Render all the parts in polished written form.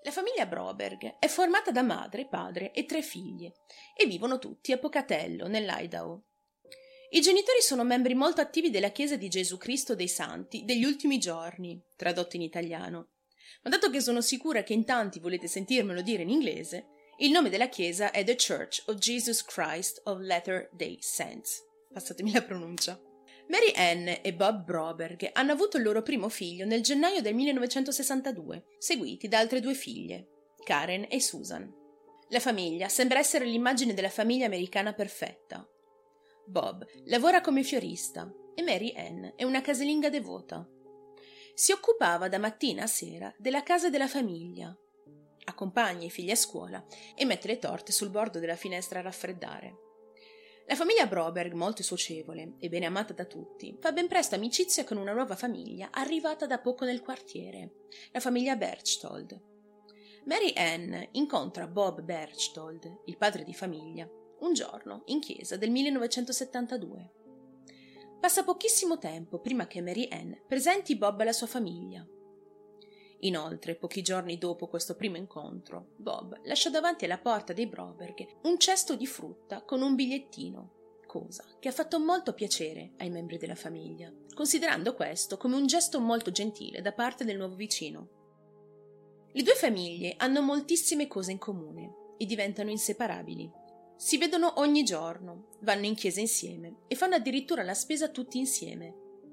La famiglia Broberg è formata da madre, padre e 3 figlie e vivono tutti a Pocatello, nell'Idaho. I genitori sono membri molto attivi della Chiesa di Gesù Cristo dei Santi degli Ultimi Giorni, tradotto in italiano. Ma dato che sono sicura che in tanti volete sentirmelo dire in inglese, il nome della chiesa è The Church of Jesus Christ of Latter-day Saints. Passatemi la pronuncia. Mary Ann e Bob Broberg hanno avuto il loro primo figlio nel gennaio del 1962, seguiti da altre 2 figlie, Karen e Susan. La famiglia sembra essere l'immagine della famiglia americana perfetta. Bob lavora come fiorista e Mary Ann è una casalinga devota. Si occupava da mattina a sera della casa della famiglia, accompagna i figli a scuola e mette le torte sul bordo della finestra a raffreddare. La famiglia Broberg, molto socievole e bene amata da tutti, fa ben presto amicizia con una nuova famiglia arrivata da poco nel quartiere, la famiglia Berchtold. Mary Ann incontra Bob Berchtold, il padre di famiglia, un giorno in chiesa del 1972. Passa pochissimo tempo prima che Mary Ann presenti Bob alla sua famiglia. Inoltre, pochi giorni dopo questo primo incontro, Bob lascia davanti alla porta dei Broberg un cesto di frutta con un bigliettino, cosa che ha fatto molto piacere ai membri della famiglia, considerando questo come un gesto molto gentile da parte del nuovo vicino. Le 2 famiglie hanno moltissime cose in comune e diventano inseparabili. Si vedono ogni giorno, vanno in chiesa insieme e fanno addirittura la spesa tutti insieme.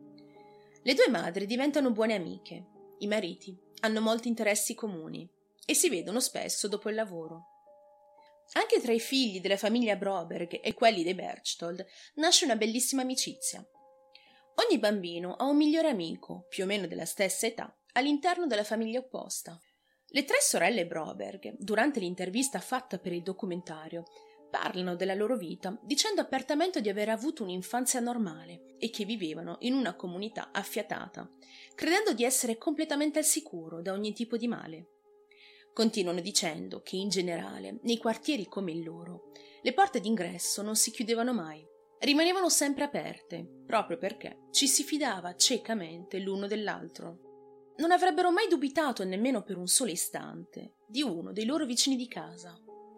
Le 2 madri diventano buone amiche, i mariti hanno molti interessi comuni e si vedono spesso dopo il lavoro. Anche tra i figli della famiglia Broberg e quelli dei Berchtold nasce una bellissima amicizia. Ogni bambino ha un migliore amico, più o meno della stessa età, all'interno della famiglia opposta. Le 3 sorelle Broberg, durante l'intervista fatta per il documentario, parlano della loro vita dicendo apertamente di aver avuto un'infanzia normale e che vivevano in una comunità affiatata, credendo di essere completamente al sicuro da ogni tipo di male. Continuano dicendo che in generale, nei quartieri come il loro, le porte d'ingresso non si chiudevano mai, rimanevano sempre aperte, proprio perché ci si fidava ciecamente l'uno dell'altro. Non avrebbero mai dubitato nemmeno per un solo istante di uno dei loro vicini di casa.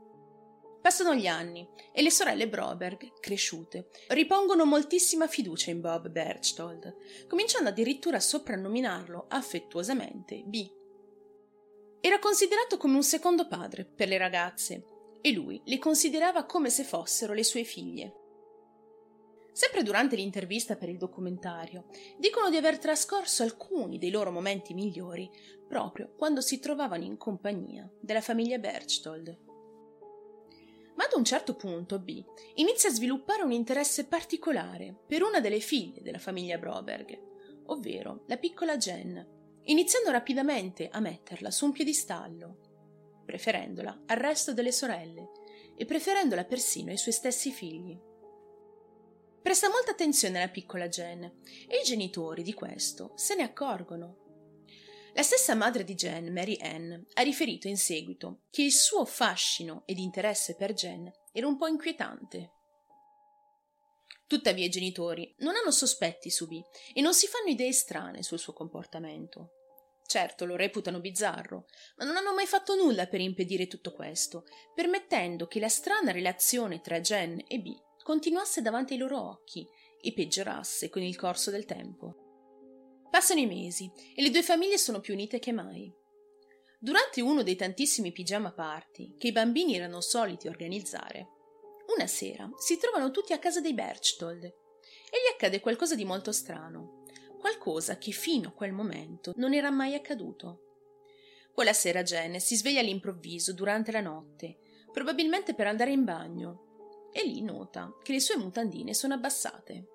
Passano gli anni e le sorelle Broberg, cresciute, ripongono moltissima fiducia in Bob Berchtold, cominciando addirittura a soprannominarlo affettuosamente B. Era considerato come un secondo padre per le ragazze e lui le considerava come se fossero le sue figlie. Sempre durante l'intervista per il documentario, dicono di aver trascorso alcuni dei loro momenti migliori proprio quando si trovavano in compagnia della famiglia Berchtold. Ma ad un certo punto B inizia a sviluppare un interesse particolare per una delle figlie della famiglia Broberg, ovvero la piccola Jen, iniziando rapidamente a metterla su un piedistallo, preferendola al resto delle sorelle e preferendola persino ai suoi stessi figli. Presta molta attenzione alla piccola Jen e i genitori di questo se ne accorgono. La stessa madre di Jen, Mary Ann, ha riferito in seguito che il suo fascino ed interesse per Jen era un po' inquietante. Tuttavia i genitori non hanno sospetti su B e non si fanno idee strane sul suo comportamento. Certo, lo reputano bizzarro, ma non hanno mai fatto nulla per impedire tutto questo, permettendo che la strana relazione tra Jen e B continuasse davanti ai loro occhi e peggiorasse con il corso del tempo. Passano i mesi e le 2 famiglie sono più unite che mai. Durante uno dei tantissimi pigiama party che i bambini erano soliti organizzare, una sera si trovano tutti a casa dei Berchtold e gli accade qualcosa di molto strano, qualcosa che fino a quel momento non era mai accaduto. Quella sera Jen si sveglia all'improvviso durante la notte, probabilmente per andare in bagno, e lì nota che le sue mutandine sono abbassate.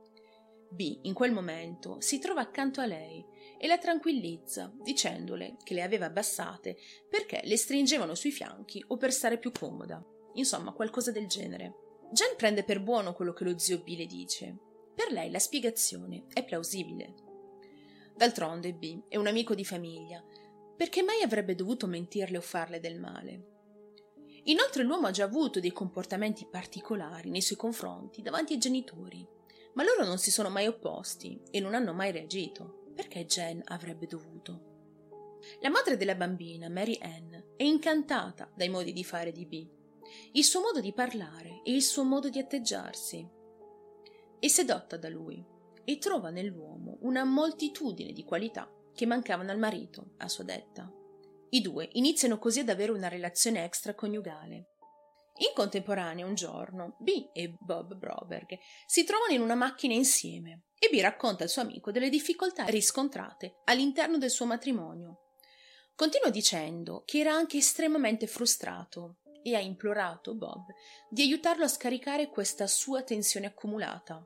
B, in quel momento, si trova accanto a lei e la tranquillizza, dicendole che le aveva abbassate perché le stringevano sui fianchi o per stare più comoda. Insomma, qualcosa del genere. Jen prende per buono quello che lo zio B le dice. Per lei la spiegazione è plausibile. D'altronde B è un amico di famiglia, perché mai avrebbe dovuto mentirle o farle del male? Inoltre l'uomo ha già avuto dei comportamenti particolari nei suoi confronti davanti ai genitori, ma loro non si sono mai opposti e non hanno mai reagito. Perché Jen avrebbe dovuto? La madre della bambina, Mary Ann, è incantata dai modi di fare di Bee, il suo modo di parlare e il suo modo di atteggiarsi. È sedotta da lui e trova nell'uomo una moltitudine di qualità che mancavano al marito, a sua detta. I due iniziano così ad avere una relazione extraconiugale. In contemporanea, un giorno, Bee e Bob Broberg si trovano in una macchina insieme e Bee racconta al suo amico delle difficoltà riscontrate all'interno del suo matrimonio. Continua dicendo che era anche estremamente frustrato e ha implorato Bob di aiutarlo a scaricare questa sua tensione accumulata.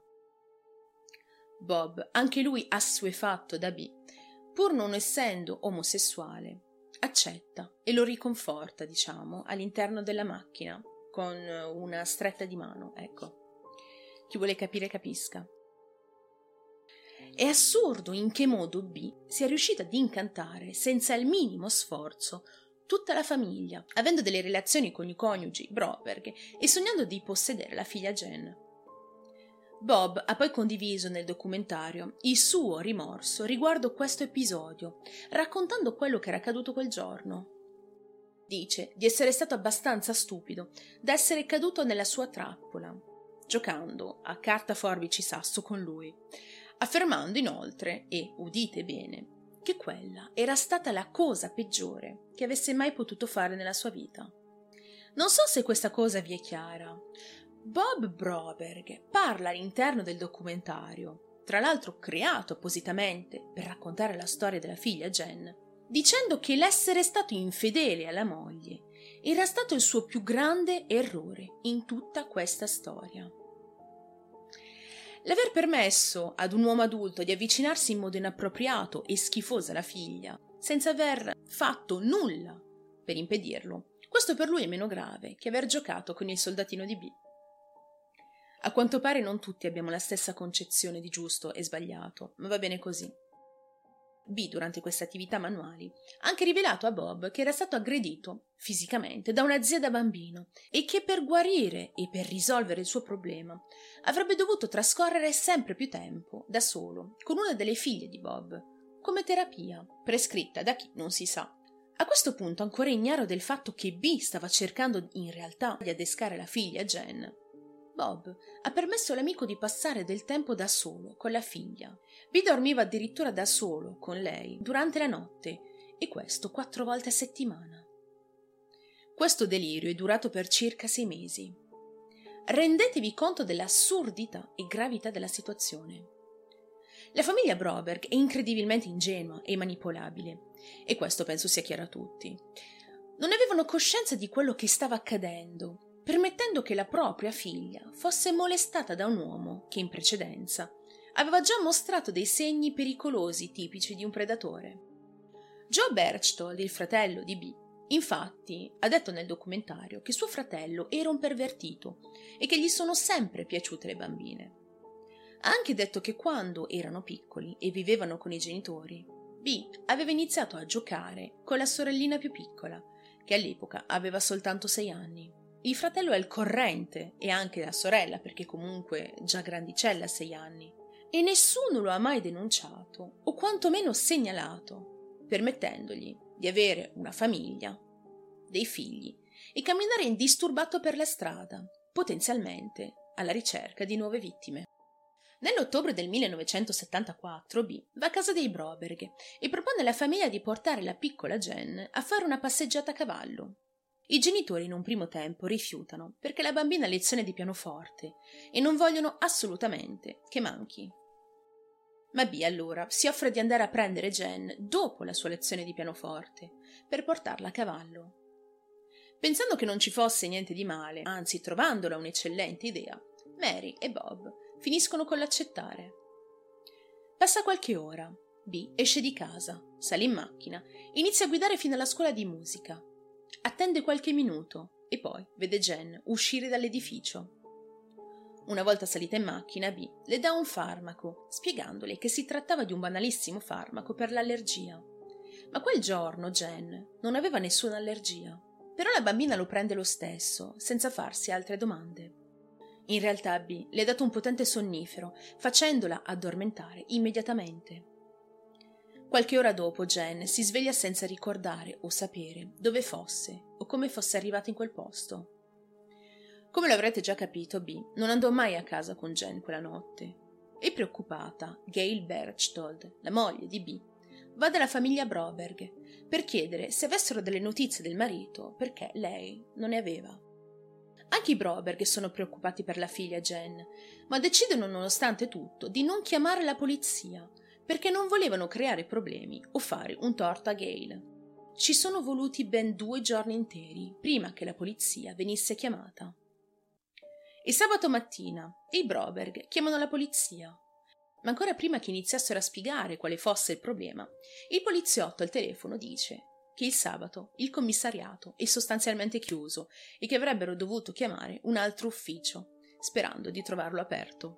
Bob, anche lui assuefatto da Bee, pur non essendo omosessuale, accetta e lo riconforta, all'interno della macchina, con una stretta di mano, ecco. Chi vuole capire capisca. È assurdo in che modo Bee sia riuscita ad incantare, senza il minimo sforzo, tutta la famiglia, avendo delle relazioni con i coniugi Broberg e sognando di possedere la figlia Jen. Bob ha poi condiviso nel documentario il suo rimorso riguardo questo episodio, raccontando quello che era accaduto quel giorno. Dice di essere stato abbastanza stupido da essere caduto nella sua trappola, giocando a carta forbici sasso con lui, affermando inoltre, e udite bene, che quella era stata la cosa peggiore che avesse mai potuto fare nella sua vita. Non so se questa cosa vi è chiara. Bob Broberg parla all'interno del documentario, tra l'altro creato appositamente per raccontare la storia della figlia Jen, dicendo che l'essere stato infedele alla moglie era stato il suo più grande errore in tutta questa storia. L'aver permesso ad un uomo adulto di avvicinarsi in modo inappropriato e schifoso alla figlia, senza aver fatto nulla per impedirlo, questo per lui è meno grave che aver giocato con il soldatino di Bee. A quanto pare non tutti abbiamo la stessa concezione di giusto e sbagliato, ma va bene così. Bee, durante queste attività manuali, ha anche rivelato a Bob che era stato aggredito fisicamente da una zia da bambino e che per guarire e per risolvere il suo problema avrebbe dovuto trascorrere sempre più tempo da solo con una delle figlie di Bob, come terapia, prescritta da chi non si sa. A questo punto, ancora ignaro del fatto che Bee stava cercando in realtà di adescare la figlia Jen, Bob ha permesso all'amico di passare del tempo da solo con la figlia. Bee dormiva addirittura da solo con lei durante la notte, e questo 4 volte a settimana. Questo delirio è durato per circa 6 mesi. Rendetevi conto dell'assurdità e gravità della situazione. La famiglia Broberg è incredibilmente ingenua e manipolabile, e questo penso sia chiaro a tutti. Non avevano coscienza di quello che stava accadendo, permettendo che la propria figlia fosse molestata da un uomo che in precedenza aveva già mostrato dei segni pericolosi tipici di un predatore. Joe Berchtold, il fratello di Bee, infatti ha detto nel documentario che suo fratello era un pervertito e che gli sono sempre piaciute le bambine. Ha anche detto che quando erano piccoli e vivevano con i genitori, Bee aveva iniziato a giocare con la sorellina più piccola, che all'epoca aveva soltanto 6 anni. Il fratello è al corrente e anche la sorella, perché comunque già grandicella a 6 anni, e nessuno lo ha mai denunciato o quantomeno segnalato, permettendogli di avere una famiglia, dei figli e camminare indisturbato per la strada, potenzialmente alla ricerca di nuove vittime. Nell'ottobre del 1974 Bee va a casa dei Broberg e propone alla famiglia di portare la piccola Jen a fare una passeggiata a cavallo. I genitori in un primo tempo rifiutano perché la bambina ha lezione di pianoforte e non vogliono assolutamente che manchi. Ma Bee allora si offre di andare a prendere Jen dopo la sua lezione di pianoforte per portarla a cavallo. Pensando che non ci fosse niente di male, anzi trovandola un'eccellente idea, Mary e Bob finiscono con l'accettare. Passa qualche ora, Bee esce di casa, sale in macchina, inizia a guidare fino alla scuola di musica. Attende qualche minuto e poi vede Jen uscire dall'edificio. Una volta salita in macchina, Bee le dà un farmaco, spiegandole che si trattava di un banalissimo farmaco per l'allergia. Ma quel giorno Jen non aveva nessuna allergia, però la bambina lo prende lo stesso, senza farsi altre domande. In realtà Bee le ha dato un potente sonnifero, facendola addormentare immediatamente. Qualche ora dopo Jen si sveglia senza ricordare o sapere dove fosse o come fosse arrivata in quel posto. Come lo avrete già capito, Bee non andò mai a casa con Jen quella notte e preoccupata, Gail Berchtold, la moglie di Bee, va dalla famiglia Broberg per chiedere se avessero delle notizie del marito perché lei non ne aveva. Anche i Broberg sono preoccupati per la figlia Jen, ma decidono nonostante tutto di non chiamare la polizia perché non volevano creare problemi o fare un torto a Gail. Ci sono voluti ben 2 giorni interi prima che la polizia venisse chiamata. Il sabato mattina i Broberg chiamano la polizia, ma ancora prima che iniziassero a spiegare quale fosse il problema, il poliziotto al telefono dice che il sabato il commissariato è sostanzialmente chiuso e che avrebbero dovuto chiamare un altro ufficio, sperando di trovarlo aperto.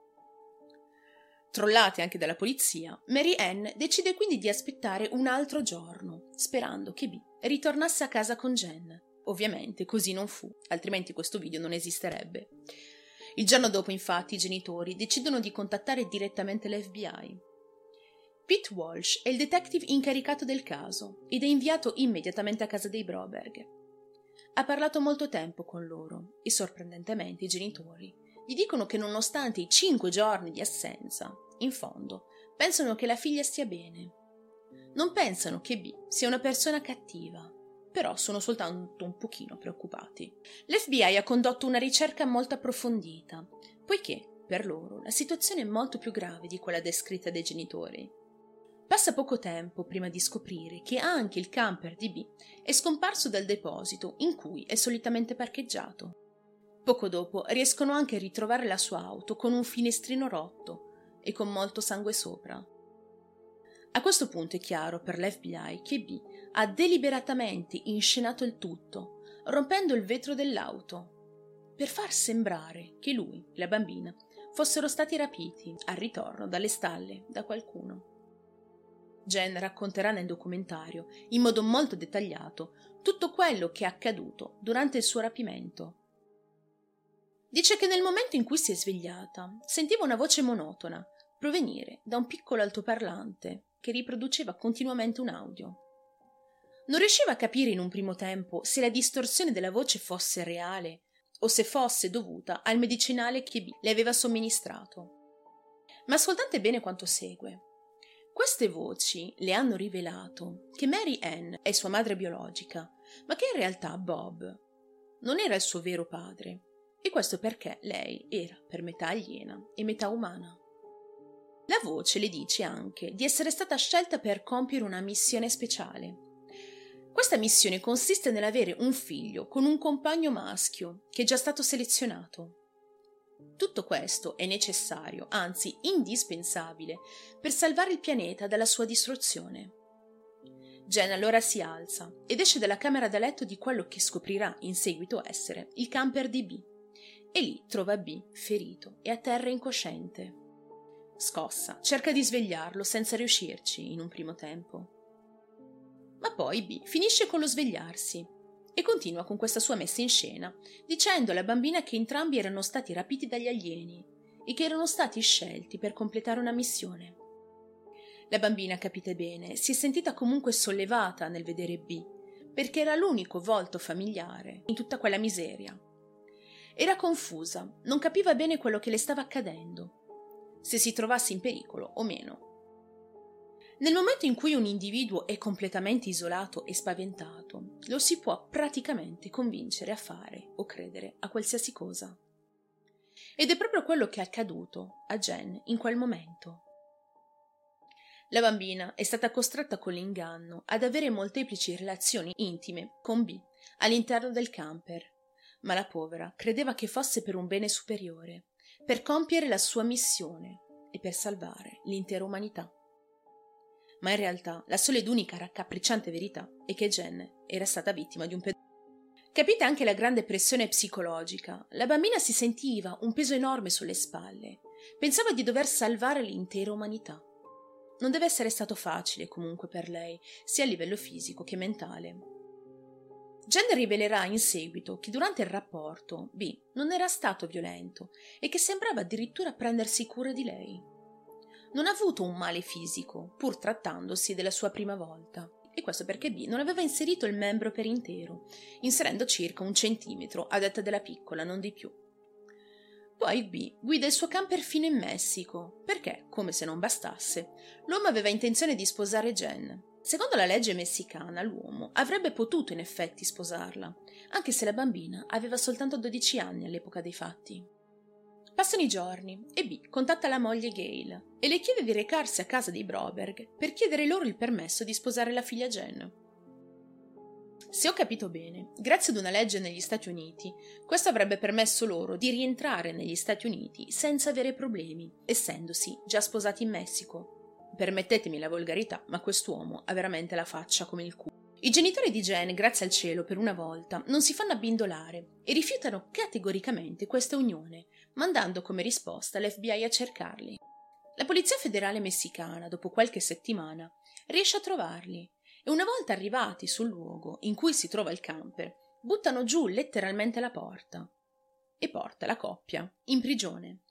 Trollate anche dalla polizia, Mary Ann decide quindi di aspettare un altro giorno, sperando che Bee ritornasse a casa con Jen. Ovviamente così non fu, altrimenti questo video non esisterebbe. Il giorno dopo, infatti, i genitori decidono di contattare direttamente l'FBI. Pete Walsh è il detective incaricato del caso ed è inviato immediatamente a casa dei Broberg. Ha parlato molto tempo con loro e, sorprendentemente, i genitori gli dicono che nonostante i 5 giorni di assenza, in fondo, pensano che la figlia stia bene. Non pensano che Bee sia una persona cattiva, però sono soltanto un pochino preoccupati. L'FBI ha condotto una ricerca molto approfondita, poiché, per loro, la situazione è molto più grave di quella descritta dai genitori. Passa poco tempo prima di scoprire che anche il camper di Bee è scomparso dal deposito in cui è solitamente parcheggiato. Poco dopo riescono anche a ritrovare la sua auto con un finestrino rotto e con molto sangue sopra. A questo punto è chiaro per l'FBI che Bee ha deliberatamente inscenato il tutto, rompendo il vetro dell'auto, per far sembrare che lui e la bambina fossero stati rapiti al ritorno dalle stalle da qualcuno. Jen racconterà nel documentario, in modo molto dettagliato, tutto quello che è accaduto durante il suo rapimento. Dice che nel momento in cui si è svegliata sentiva una voce monotona provenire da un piccolo altoparlante che riproduceva continuamente un audio. Non riusciva a capire in un primo tempo se la distorsione della voce fosse reale o se fosse dovuta al medicinale che Bee le aveva somministrato. Ma ascoltate bene quanto segue. Queste voci le hanno rivelato che Mary Ann è sua madre biologica, ma che in realtà Bob non era il suo vero padre, e questo perché lei era per metà aliena e metà umana. La voce le dice anche di essere stata scelta per compiere una missione speciale. Questa missione consiste nell'avere un figlio con un compagno maschio che è già stato selezionato. Tutto questo è necessario, anzi indispensabile, per salvare il pianeta dalla sua distruzione. Jen allora si alza ed esce dalla camera da letto di quello che scoprirà in seguito essere il camper di Bee, e lì trova Bee ferito e a terra incosciente. Scossa, cerca di svegliarlo senza riuscirci in un primo tempo. Ma poi Bee finisce con lo svegliarsi e continua con questa sua messa in scena, dicendo alla bambina che entrambi erano stati rapiti dagli alieni e che erano stati scelti per completare una missione. La bambina, capite bene, si è sentita comunque sollevata nel vedere Bee, perché era l'unico volto familiare in tutta quella miseria. Era confusa, non capiva bene quello che le stava accadendo, se si trovasse in pericolo o meno. Nel momento in cui un individuo è completamente isolato e spaventato, lo si può praticamente convincere a fare o credere a qualsiasi cosa. Ed è proprio quello che è accaduto a Jen in quel momento. La bambina è stata costretta con l'inganno ad avere molteplici relazioni intime con Bee all'interno del camper, ma la povera credeva che fosse per un bene superiore, per compiere la sua missione e per salvare l'intera umanità. Ma in realtà la sola ed unica raccapricciante verità è che Jen era stata vittima di un pedofilo. Capite anche la grande pressione psicologica. La bambina si sentiva un peso enorme sulle spalle. Pensava di dover salvare l'intera umanità. Non deve essere stato facile comunque per lei, sia a livello fisico che mentale. Jen rivelerà in seguito che durante il rapporto Bee non era stato violento e che sembrava addirittura prendersi cura di lei. non ha avuto un male fisico, pur trattandosi della sua prima volta. E questo perché B non aveva inserito il membro per intero, inserendo circa 1 centimetro a detta della piccola, non di più. Poi B guida il suo camper fino in Messico, perché, come se non bastasse, l'uomo aveva intenzione di sposare Jen. Secondo la legge messicana, l'uomo avrebbe potuto in effetti sposarla, anche se la bambina aveva soltanto 12 anni all'epoca dei fatti. Passano i giorni e B contatta la moglie Gail e le chiede di recarsi a casa dei Broberg per chiedere loro il permesso di sposare la figlia Jen. Se ho capito bene, grazie ad una legge negli Stati Uniti, questo avrebbe permesso loro di rientrare negli Stati Uniti senza avere problemi, essendosi già sposati in Messico. Permettetemi la volgarità, ma quest'uomo ha veramente la faccia come il culo. I genitori di Jen, grazie al cielo, per una volta, non si fanno abbindolare e rifiutano categoricamente questa unione, mandando come risposta l'FBI a cercarli. La Polizia Federale messicana, dopo qualche settimana, riesce a trovarli e una volta arrivati sul luogo in cui si trova il camper, buttano giù letteralmente la porta e porta la coppia in prigione.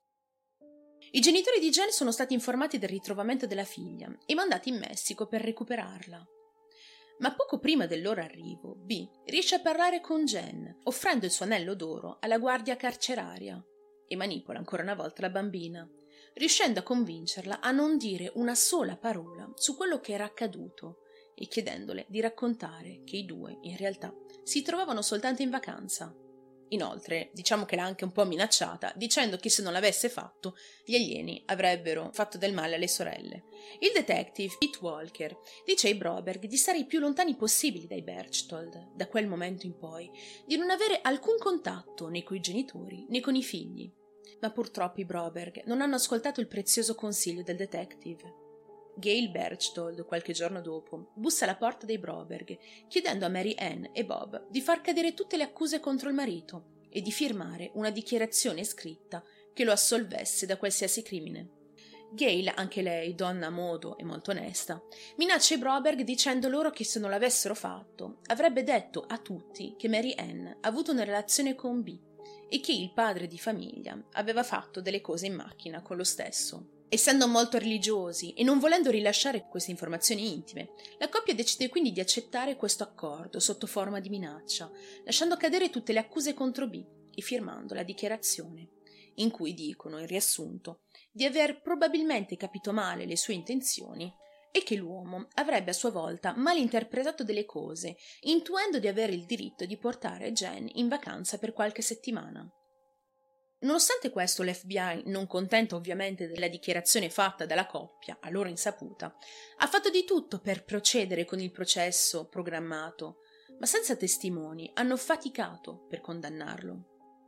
I genitori di Jen sono stati informati del ritrovamento della figlia e mandati in Messico per recuperarla. Ma poco prima del loro arrivo, B riesce a parlare con Jen, offrendo il suo anello d'oro alla guardia carceraria e manipola ancora una volta la bambina, riuscendo a convincerla a non dire una sola parola su quello che era accaduto e chiedendole di raccontare che i due, in realtà, si trovavano soltanto in vacanza. Inoltre, diciamo che l'ha anche un po' minacciata, dicendo che se non l'avesse fatto, gli alieni avrebbero fatto del male alle sorelle. Il detective Pete Walker dice ai Broberg di stare i più lontani possibili dai Berchtold, da quel momento in poi, di non avere alcun contatto né coi genitori né con i figli. Ma purtroppo i Broberg non hanno ascoltato il prezioso consiglio del detective. Gail Berchtold, qualche giorno dopo, bussa alla porta dei Broberg, chiedendo a Mary Ann e Bob di far cadere tutte le accuse contro il marito e di firmare una dichiarazione scritta che lo assolvesse da qualsiasi crimine. Gail, anche lei, donna a modo e molto onesta, minaccia i Broberg dicendo loro che se non l'avessero fatto, avrebbe detto a tutti che Mary Ann ha avuto una relazione con B e che il padre di famiglia aveva fatto delle cose in macchina con lo stesso. Essendo molto religiosi e non volendo rilasciare queste informazioni intime, la coppia decide quindi di accettare questo accordo sotto forma di minaccia, lasciando cadere tutte le accuse contro B e firmando la dichiarazione, in cui dicono, in riassunto, di aver probabilmente capito male le sue intenzioni e che l'uomo avrebbe a sua volta malinterpretato delle cose, intuendo di avere il diritto di portare Jen in vacanza per qualche settimana. Nonostante questo, l'FBI, non contento ovviamente della dichiarazione fatta dalla coppia, a loro insaputa, ha fatto di tutto per procedere con il processo programmato, ma senza testimoni hanno faticato per condannarlo.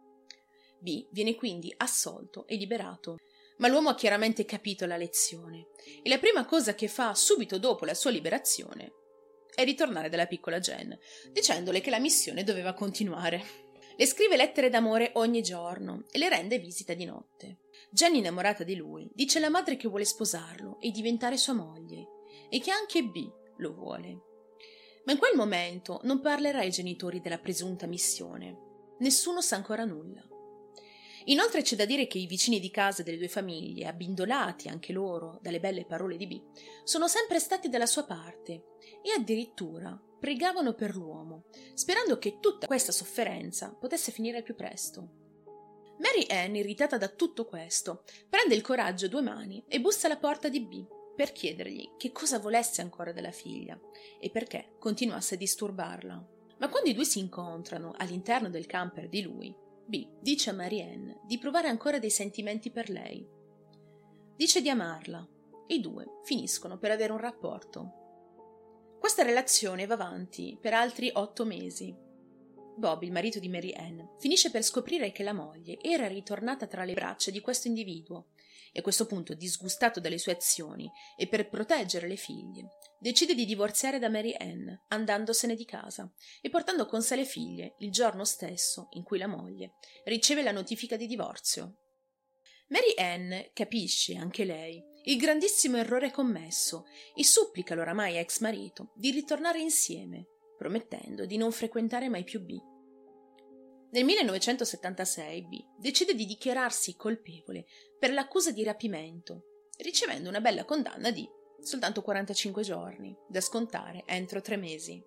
B viene quindi assolto e liberato, ma l'uomo ha chiaramente capito la lezione e la prima cosa che fa subito dopo la sua liberazione è ritornare dalla piccola Jen, dicendole che la missione doveva continuare. Le scrive lettere d'amore ogni giorno e le rende visita di notte. Jen, innamorata di lui, dice alla madre che vuole sposarlo e diventare sua moglie e che anche B lo vuole. Ma in quel momento non parlerà ai genitori della presunta missione. Nessuno sa ancora nulla. Inoltre c'è da dire che i vicini di casa delle due famiglie, abbindolati anche loro dalle belle parole di B, sono sempre stati dalla sua parte e addirittura pregavano per l'uomo, sperando che tutta questa sofferenza potesse finire al più presto. Mary Ann, irritata da tutto questo, prende il coraggio a due mani e bussa alla porta di B per chiedergli che cosa volesse ancora della figlia e perché continuasse a disturbarla. Ma quando i due si incontrano all'interno del camper di lui, B dice a Mary Ann di provare ancora dei sentimenti per lei. Dice di amarla e i due finiscono per avere un rapporto. Questa relazione va avanti per altri 8 mesi. Bob, il marito di Mary Ann, finisce per scoprire che la moglie era ritornata tra le braccia di questo individuo e a questo punto, disgustato dalle sue azioni e per proteggere le figlie, decide di divorziare da Mary Ann, andandosene di casa e portando con sé le figlie il giorno stesso in cui la moglie riceve la notifica di divorzio. Mary Ann capisce, anche lei, il grandissimo errore commesso e supplica l'oramai ex marito di ritornare insieme, promettendo di non frequentare mai più B. Nel 1976 B decide di dichiararsi colpevole per l'accusa di rapimento ricevendo una bella condanna di soltanto 45 giorni, da scontare entro 3 mesi.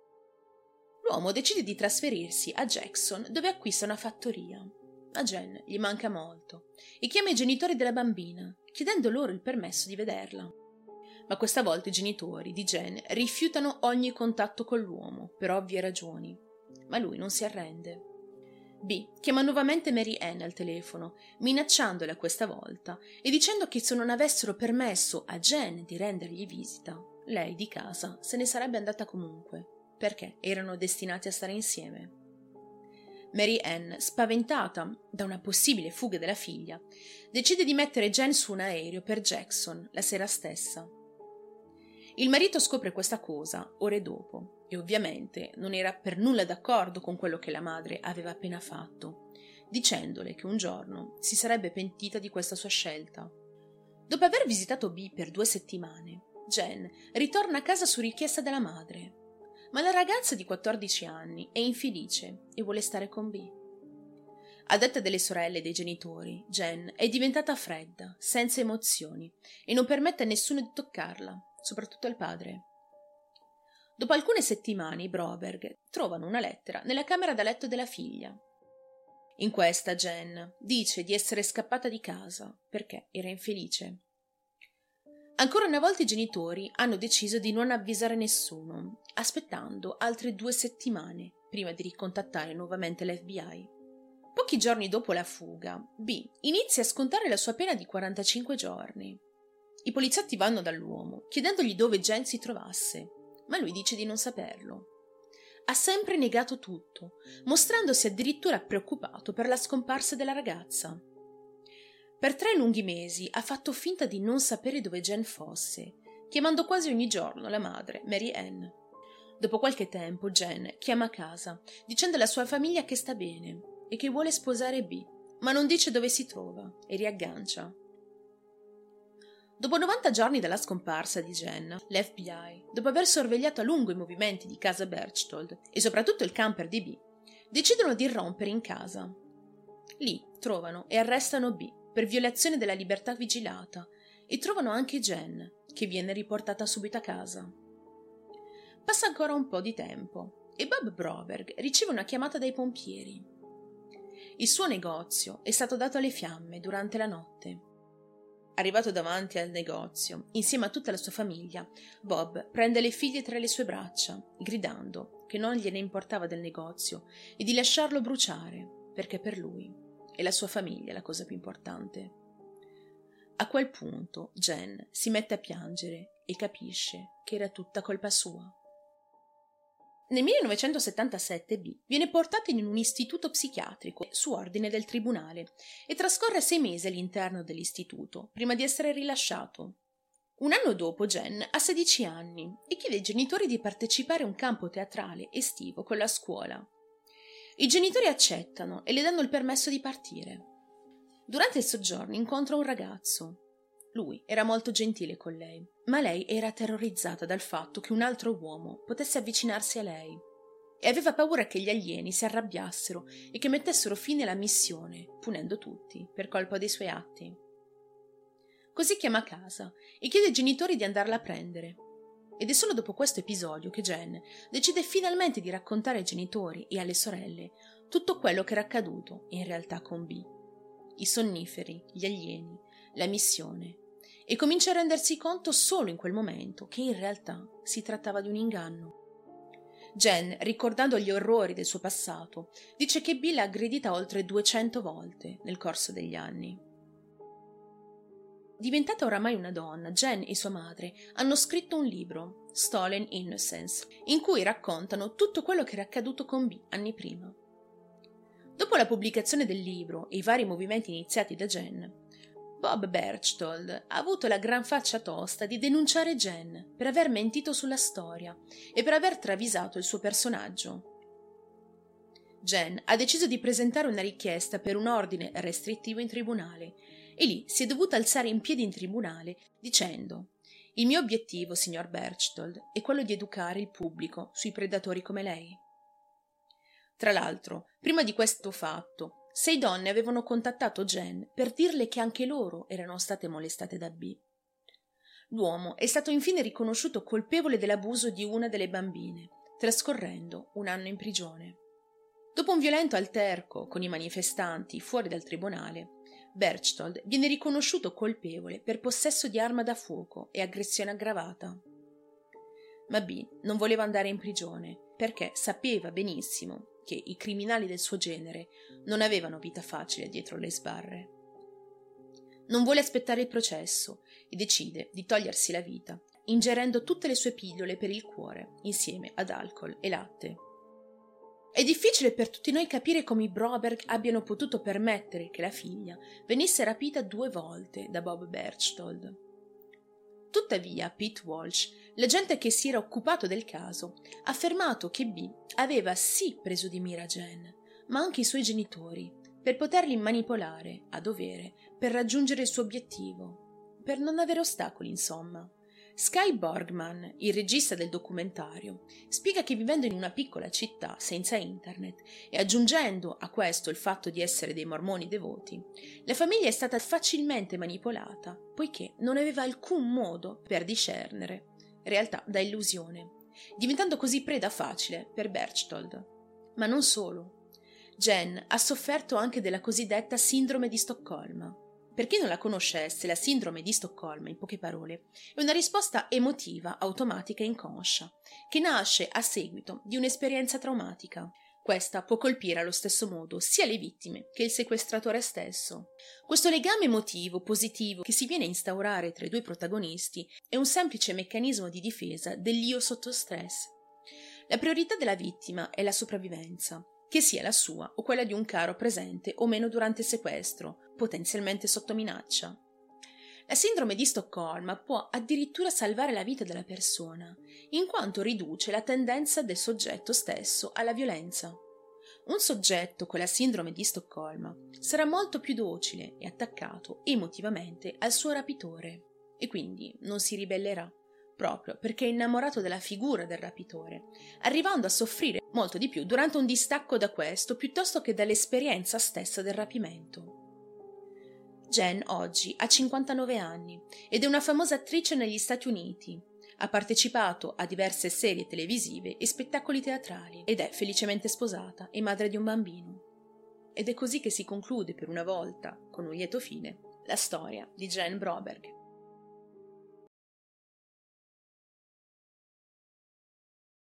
L'uomo decide di trasferirsi a Jackson, dove acquista una fattoria. A Jen gli manca molto e chiama i genitori della bambina, chiedendo loro il permesso di vederla. Ma questa volta i genitori di Jen rifiutano ogni contatto con l'uomo, per ovvie ragioni. Ma lui non si arrende. B chiama nuovamente Mary Ann al telefono, minacciandola questa volta e dicendo che se non avessero permesso a Jen di rendergli visita, lei di casa se ne sarebbe andata comunque, perché erano destinati a stare insieme. Mary Ann, spaventata da una possibile fuga della figlia, decide di mettere Jen su un aereo per Jackson la sera stessa. Il marito scopre questa cosa ore dopo e ovviamente non era per nulla d'accordo con quello che la madre aveva appena fatto, dicendole che un giorno si sarebbe pentita di questa sua scelta. Dopo aver visitato B per 2 settimane, Jen ritorna a casa su richiesta della madre, ma la ragazza di 14 anni è infelice e vuole stare con B. A detta delle sorelle e dei genitori, Jen è diventata fredda, senza emozioni e non permette a nessuno di toccarla, soprattutto al padre. Dopo alcune settimane i Broberg trovano una lettera nella camera da letto della figlia. In questa Jen dice di essere scappata di casa perché era infelice. Ancora una volta i genitori hanno deciso di non avvisare nessuno, aspettando altre 2 settimane prima di ricontattare nuovamente l'FBI. Pochi giorni dopo la fuga, B inizia a scontare la sua pena di 45 giorni. I poliziotti vanno dall'uomo, chiedendogli dove Jen si trovasse, ma lui dice di non saperlo. Ha sempre negato tutto, mostrandosi addirittura preoccupato per la scomparsa della ragazza. Per 3 lunghi mesi ha fatto finta di non sapere dove Jen fosse, chiamando quasi ogni giorno la madre, Mary Ann. Dopo qualche tempo Jen chiama a casa, dicendo alla sua famiglia che sta bene e che vuole sposare B, ma non dice dove si trova e riaggancia. Dopo 90 giorni dalla scomparsa di Jen, l'FBI, dopo aver sorvegliato a lungo i movimenti di casa Berchtold e soprattutto il camper di B, decidono di irrompere in casa. Lì trovano e arrestano B per violazione della libertà vigilata e trovano anche Jen, che viene riportata subito a casa. Passa ancora un po' di tempo e Bob Broberg riceve una chiamata dai pompieri. Il suo negozio è stato dato alle fiamme durante la notte. Arrivato davanti al negozio, insieme a tutta la sua famiglia, Bob prende le figlie tra le sue braccia, gridando che non gliene importava del negozio e di lasciarlo bruciare, perché per lui e la sua famiglia è la cosa più importante. A quel punto Jen si mette a piangere e capisce che era tutta colpa sua. Nel 1977 B viene portato in un istituto psichiatrico su ordine del tribunale e trascorre 6 mesi all'interno dell'istituto prima di essere rilasciato. Un anno dopo Jen ha 16 anni e chiede ai genitori di partecipare a un campo teatrale estivo con la scuola. I genitori accettano e le danno il permesso di partire. Durante il soggiorno incontra un ragazzo. Lui era molto gentile con lei, ma lei era terrorizzata dal fatto che un altro uomo potesse avvicinarsi a lei e aveva paura che gli alieni si arrabbiassero e che mettessero fine alla missione, punendo tutti per colpa dei suoi atti. Così chiama a casa e chiede ai genitori di andarla a prendere. Ed è solo dopo questo episodio che Jen decide finalmente di raccontare ai genitori e alle sorelle tutto quello che era accaduto in realtà con B. I sonniferi, gli alieni, la missione, e comincia a rendersi conto solo in quel momento che in realtà si trattava di un inganno. Jen, ricordando gli orrori del suo passato, dice che Bill l'ha aggredita oltre 200 volte nel corso degli anni. Diventata oramai una donna, Jen e sua madre hanno scritto un libro, Stolen Innocence, in cui raccontano tutto quello che era accaduto con B anni prima. Dopo la pubblicazione del libro e i vari movimenti iniziati da Jen, Bob Berchtold ha avuto la gran faccia tosta di denunciare Jen per aver mentito sulla storia e per aver travisato il suo personaggio. Jen ha deciso di presentare una richiesta per un ordine restrittivo in tribunale e lì si è dovuta alzare in piedi in tribunale dicendo: «Il mio obiettivo, signor Berchtold, è quello di educare il pubblico sui predatori come lei». Tra l'altro, prima di questo fatto, 6 donne avevano contattato Jen per dirle che anche loro erano state molestate da B. L'uomo è stato infine riconosciuto colpevole dell'abuso di una delle bambine, trascorrendo 1 anno in prigione. Dopo un violento alterco con i manifestanti fuori dal tribunale, Berchtold viene riconosciuto colpevole per possesso di arma da fuoco e aggressione aggravata. Ma B non voleva andare in prigione perché sapeva benissimo che i criminali del suo genere non avevano vita facile dietro le sbarre. Non vuole aspettare il processo e decide di togliersi la vita, ingerendo tutte le sue pillole per il cuore, insieme ad alcol e latte. È difficile per tutti noi capire come i Broberg abbiano potuto permettere che la figlia venisse rapita 2 volte da Bob Berchtold. Tuttavia, Pete Walsh, l'agente che si era occupato del caso, ha affermato che B aveva sì preso di mira Jen, ma anche i suoi genitori, per poterli manipolare a dovere per raggiungere il suo obiettivo, per non avere ostacoli, insomma. Sky Borgman, il regista del documentario, spiega che vivendo in una piccola città senza internet e aggiungendo a questo il fatto di essere dei mormoni devoti, la famiglia è stata facilmente manipolata poiché non aveva alcun modo per discernere realtà da illusione, diventando così preda facile per Berchtold. Ma non solo. Jen ha sofferto anche della cosiddetta sindrome di Stoccolma. Per chi non la conoscesse, la sindrome di Stoccolma, in poche parole, è una risposta emotiva, automatica e inconscia, che nasce a seguito di un'esperienza traumatica. Questa può colpire allo stesso modo sia le vittime che il sequestratore stesso. Questo legame emotivo positivo che si viene a instaurare tra i 2 protagonisti è un semplice meccanismo di difesa dell'io sotto stress. La priorità della vittima è la sopravvivenza, che sia la sua o quella di un caro presente o meno durante il sequestro, potenzialmente sotto minaccia. La sindrome di Stoccolma può addirittura salvare la vita della persona, in quanto riduce la tendenza del soggetto stesso alla violenza. Un soggetto con la sindrome di Stoccolma sarà molto più docile e attaccato emotivamente al suo rapitore e quindi non si ribellerà, proprio perché è innamorato della figura del rapitore, arrivando a soffrire molto di più durante un distacco da questo piuttosto che dall'esperienza stessa del rapimento. Jen oggi ha 59 anni ed è una famosa attrice negli Stati Uniti. Ha partecipato a diverse serie televisive e spettacoli teatrali ed è felicemente sposata e madre di un bambino. Ed è così che si conclude per una volta, con un lieto fine, la storia di Jen Broberg.